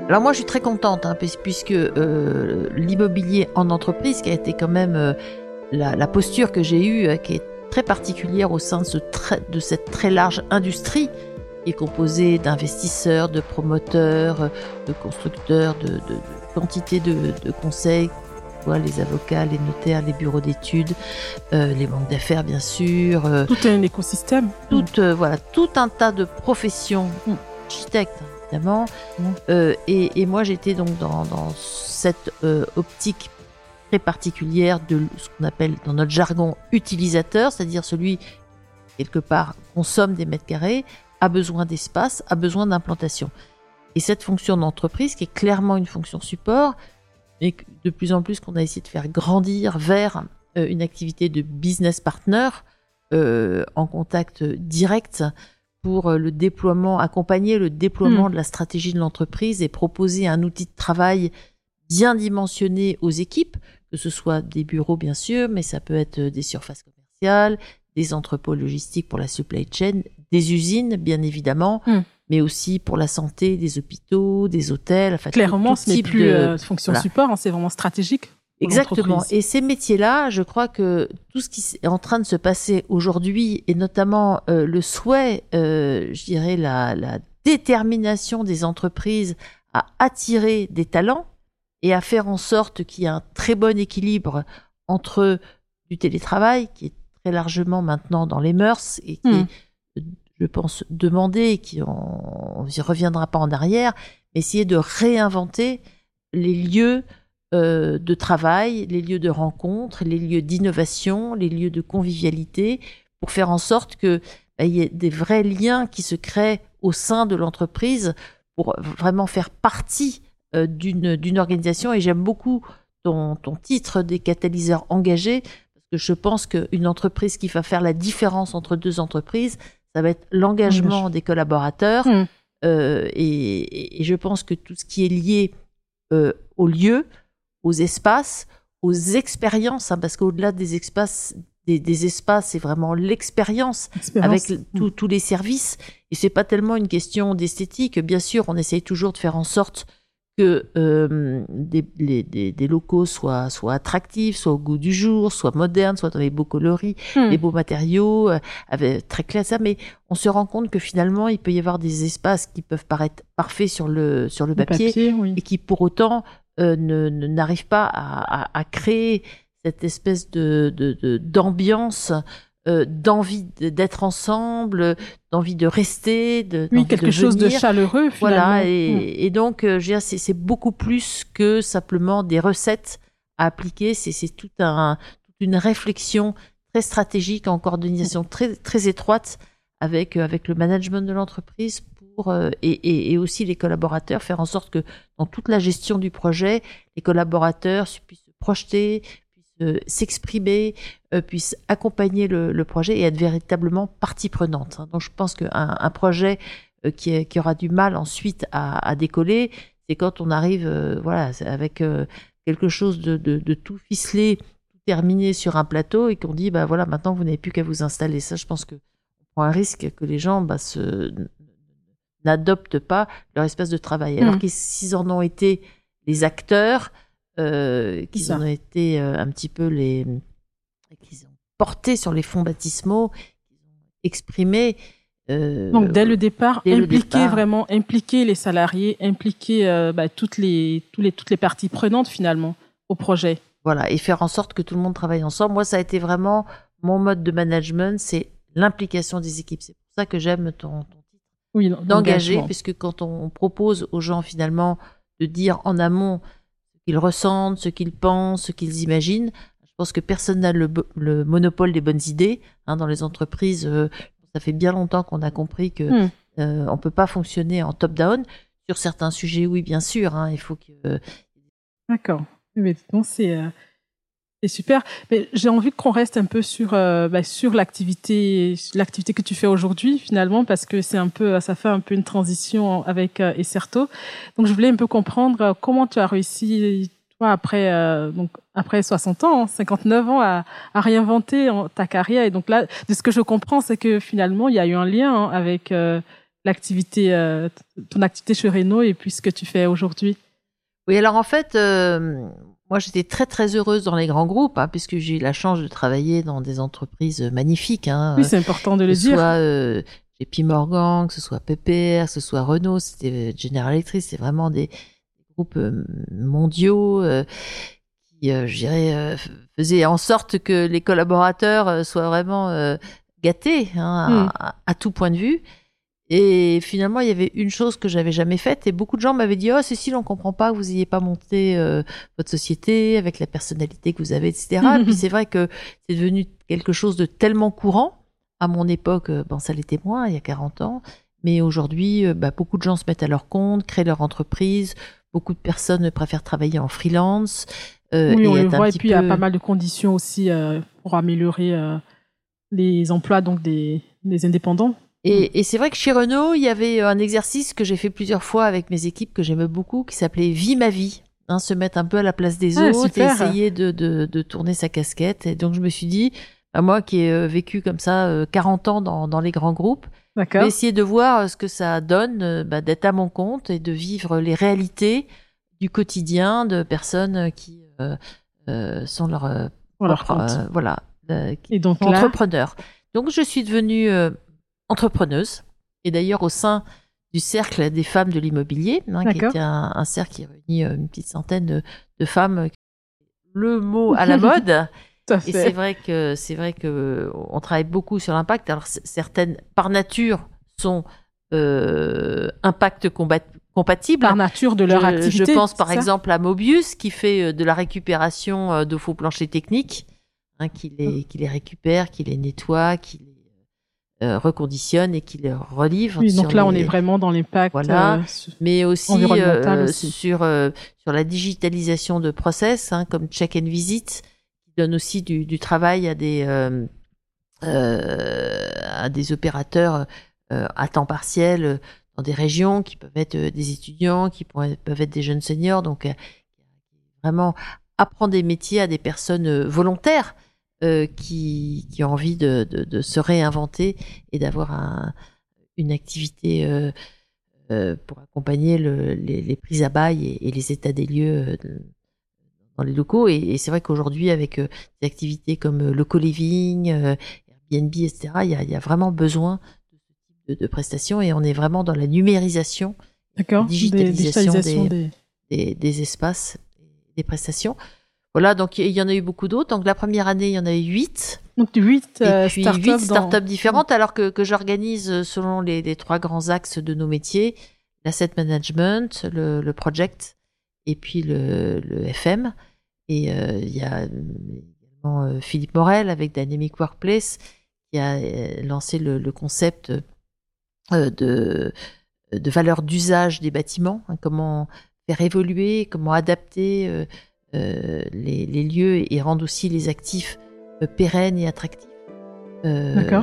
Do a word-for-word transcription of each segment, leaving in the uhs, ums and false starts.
Alors moi, je suis très contente, hein, puisque euh, l'immobilier en entreprise, qui a été quand même euh, la, la posture que j'ai eue, euh, qui est très particulière au sein de, ce très, de cette très large industrie, qui est composée d'investisseurs, de promoteurs, de constructeurs, de, de, de quantité de, de conseils, quoi, les avocats, les notaires, les bureaux d'études, euh, les banques d'affaires, bien sûr. Euh, tout un écosystème. Tout, euh, voilà, tout un tas de professions, mmh. architectes, évidemment. Mmh. Euh, et, et moi, j'étais donc dans, dans cette euh, optique très particulière de ce qu'on appelle dans notre jargon utilisateur, c'est-à-dire celui qui, quelque part, consomme des mètres carrés, a besoin d'espace, a besoin d'implantation. Et cette fonction d'entreprise, qui est clairement une fonction support, et de plus en plus qu'on a essayé de faire grandir vers euh, une activité de business partner euh, en contact direct pour le déploiement, accompagner le déploiement mmh. de la stratégie de l'entreprise et proposer un outil de travail bien dimensionné aux équipes, que ce soit des bureaux bien sûr, mais ça peut être des surfaces commerciales, des entrepôts logistiques pour la supply chain, des usines bien évidemment, mmh. mais aussi pour la santé, des hôpitaux, des hôtels. Enfin, clairement, tout ce n'est plus de euh, fonction voilà. support, hein, c'est vraiment stratégique. Exactement. Et ces métiers-là, je crois que tout ce qui est en train de se passer aujourd'hui, et notamment euh, le souhait, euh, je dirais la, la détermination des entreprises à attirer des talents et à faire en sorte qu'il y ait un très bon équilibre entre du télétravail, qui est très largement maintenant dans les mœurs et qui mmh. est, je pense, demandé, et qui on n'y reviendra pas en arrière, mais essayer de réinventer les lieux Euh, de travail, les lieux de rencontre, les lieux d'innovation, les lieux de convivialité, pour faire en sorte que bah, y ait des vrais liens qui se créent au sein de l'entreprise pour vraiment faire partie euh, d'une, d'une organisation. Et j'aime beaucoup ton, ton titre des catalyseurs engagés, parce que je pense qu'une entreprise qui va faire la différence entre deux entreprises, ça va être l'engagement mmh. des collaborateurs. Mmh. Euh, et, et je pense que tout ce qui est lié euh, au lieu, aux espaces, aux expériences, hein, parce qu'au-delà des espaces, des, des espaces, c'est vraiment l'expérience avec mmh. tous les services. Et c'est pas tellement une question d'esthétique. Bien sûr, on essaye toujours de faire en sorte que euh, des, les, des, des locaux soient, soient attractifs, soient au goût du jour, soient modernes, soient dans les beaux coloris, mmh. les beaux matériaux, euh, avec, très clair ça. Mais on se rend compte que finalement, il peut y avoir des espaces qui peuvent paraître parfaits sur le, sur le, le papier, papier oui. et qui pour autant Euh, ne, ne, n'arrive pas à, à, à créer cette espèce de, de, de, d'ambiance, euh, d'envie d'être ensemble, d'envie de rester, de, oui, quelque de chose venir. de chaleureux finalement. Voilà, et, mmh. et donc euh, je veux dire, c'est, c'est beaucoup plus que simplement des recettes à appliquer, c'est, c'est tout un, toute une réflexion très stratégique, en coordination très, très étroite avec, euh, avec le management de l'entreprise, Et, et, et aussi les collaborateurs, faire en sorte que dans toute la gestion du projet, les collaborateurs puissent se projeter, puissent euh, s'exprimer, euh, puissent accompagner le, le projet et être véritablement partie prenante. Donc je pense qu'un un projet euh, qui, est, qui aura du mal ensuite à, à décoller, c'est quand on arrive euh, voilà, avec euh, quelque chose de, de, de tout ficelé, tout terminé sur un plateau, et qu'on dit bah, voilà, maintenant vous n'avez plus qu'à vous installer. Ça, je pense qu'on prend un risque que les gens bah, se... n'adoptent pas leur espace de travail. Alors mmh. qu'ils en ont été les acteurs, euh, qu'ils en ont été euh, un petit peu les... qu'ils ont porté sur les fonds baptismaux, qu'ils ont exprimé... Euh, Donc dès le départ, dès impliquer le départ. vraiment, impliquer les salariés, impliquer euh, bah, toutes, les, tous les, toutes les parties prenantes finalement au projet. Voilà, et faire en sorte que tout le monde travaille ensemble. Moi, ça a été vraiment mon mode de management, c'est l'implication des équipes. C'est pour ça que j'aime ton... ton Oui, d'engager, puisque quand on propose aux gens finalement de dire en amont ce qu'ils ressentent, ce qu'ils pensent, ce qu'ils imaginent, je pense que personne n'a le, le monopole des bonnes idées. Hein, dans les entreprises, euh, ça fait bien longtemps qu'on a compris que mmh. euh, on peut pas fonctionner en top-down. Sur certains sujets, oui, bien sûr, hein, il faut que... Euh... D'accord. Mais bon, c'est... Euh... C'est super. Mais j'ai envie qu'on reste un peu sur euh, bah, sur l'activité l'activité que tu fais aujourd'hui finalement, parce que c'est un peu ça fait un peu une transition avec euh, Ecerto. Donc je voulais un peu comprendre euh, comment tu as réussi toi après euh, donc après soixante ans, hein, cinquante-neuf ans à, à réinventer en, ta carrière. Et donc là, de ce que je comprends, c'est que finalement il y a eu un lien hein, avec euh, l'activité, euh, ton activité chez Renault et puis ce que tu fais aujourd'hui. Oui, alors en fait, euh, moi j'étais très très heureuse dans les grands groupes, hein, puisque j'ai eu la chance de travailler dans des entreprises magnifiques. Hein, oui, c'est important de le que ce dire. soit euh, J P Morgan, que ce soit P P R, que ce soit Renault, c'était General Electric, c'est vraiment des, des groupes euh, mondiaux euh, qui, euh, je dirais, euh, faisaient en sorte que les collaborateurs euh, soient vraiment euh, gâtés hein, Mm. à, à tout point de vue. Et finalement, il y avait une chose que j'avais jamais faite et beaucoup de gens m'avaient dit « Oh Cécile, on comprend pas que vous ayez pas monté euh, votre société avec la personnalité que vous avez, et cetera » Puis c'est vrai que c'est devenu quelque chose de tellement courant. À mon époque, euh, bon, ça l'était moins, il y a quarante ans. Mais aujourd'hui, euh, bah, beaucoup de gens se mettent à leur compte, créent leur entreprise. Beaucoup de personnes préfèrent travailler en freelance. Euh, oui, et on le un voit. Et petit puis, il y a peu... pas mal de conditions aussi euh, pour améliorer euh, les emplois donc des, des indépendants. Et, et c'est vrai que chez Renault, il y avait un exercice que j'ai fait plusieurs fois avec mes équipes que j'aimais beaucoup, qui s'appelait « Vie ma vie ». Hein, se mettre un peu à la place des Ah, autres super. et essayer de, de, de tourner sa casquette. Et donc je me suis dit, bah, moi qui ai euh, vécu comme ça euh, quarante ans dans, dans les grands groupes, je D'accord. vais essayer de voir euh, ce que ça donne euh, bah, d'être à mon compte et de vivre les réalités du quotidien de personnes qui euh, euh, sont leurs euh, Pour leur propres, compte. euh, voilà, euh, qui Et donc sont là, entrepreneurs. Donc je suis devenue euh, entrepreneuse. Et d'ailleurs, au sein du cercle des femmes de l'immobilier, hein, qui D'accord. était un, un cercle qui réunit euh, une petite centaine de, de femmes, le mot à la mode. tout à Et c'est fait. vrai que c'est vrai que on travaille beaucoup sur l'impact. Alors c- certaines, par nature, sont euh, impact combat- compatibles. Par nature de leur je, activité. je pense par c'est ça exemple à Mobius qui fait euh, de la récupération euh, de faux planchers techniques, hein, qui les qui les récupère, qui les nettoie, qui les euh, reconditionne et qui les relivre. Oui, sur donc là, les... on est vraiment dans l'impact Voilà, euh, su- mais aussi, environnemental euh, aussi. sur euh, sur la digitalisation de process, hein, comme check and visit, qui donne aussi du, du travail à des euh, euh, à des opérateurs euh, à temps partiel euh, dans des régions qui peuvent être euh, des étudiants, qui peuvent être, peuvent être des jeunes seniors, donc euh, vraiment apprendre des métiers à des personnes euh, volontaires euh, qui qui ont envie de, de, de se réinventer et d'avoir un, une activité euh, euh, pour accompagner le, les, les prises à bail et, et les états des lieux euh, de- dans les locaux. Et, et c'est vrai qu'aujourd'hui, avec euh, des activités comme euh, le co-living, euh, Airbnb, et cetera, il y a, il y a vraiment besoin de ce type de, de prestations et on est vraiment dans la numérisation, la D'accord. Des digitalisation digitalisations des, des... des, des espaces, des prestations. Voilà, donc il y en a eu beaucoup d'autres. Donc la première année, il y en a eu huit. Donc huit Et euh, puis startups huit dans... startups différentes, alors que, que j'organise selon les, les trois grands axes de nos métiers, l'asset management, le, le project et puis le, le F M. Et euh, il y a également euh, Philippe Morel avec Dynamic Workplace qui a euh, lancé le, le concept euh, de, de valeur d'usage des bâtiments, hein, comment faire évoluer, comment adapter euh, euh, les, les lieux et rendre aussi les actifs euh, pérennes et attractifs. Euh, D'accord.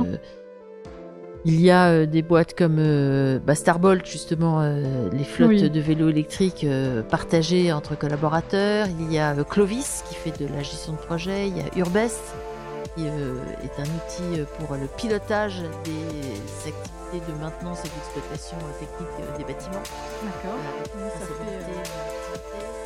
Il y a euh, des boîtes comme euh, bah, Starbolt, justement, euh, les flottes Oui. de vélos électriques euh, partagées entre collaborateurs. Il y a euh, Clovis qui fait de la gestion de projet. Il y a Urbest qui euh, est un outil euh, pour le pilotage des activités de maintenance et d'exploitation euh, technique euh, des bâtiments. D'accord. Euh, avec Oui, ça fait, traçabilité, euh, euh, activité.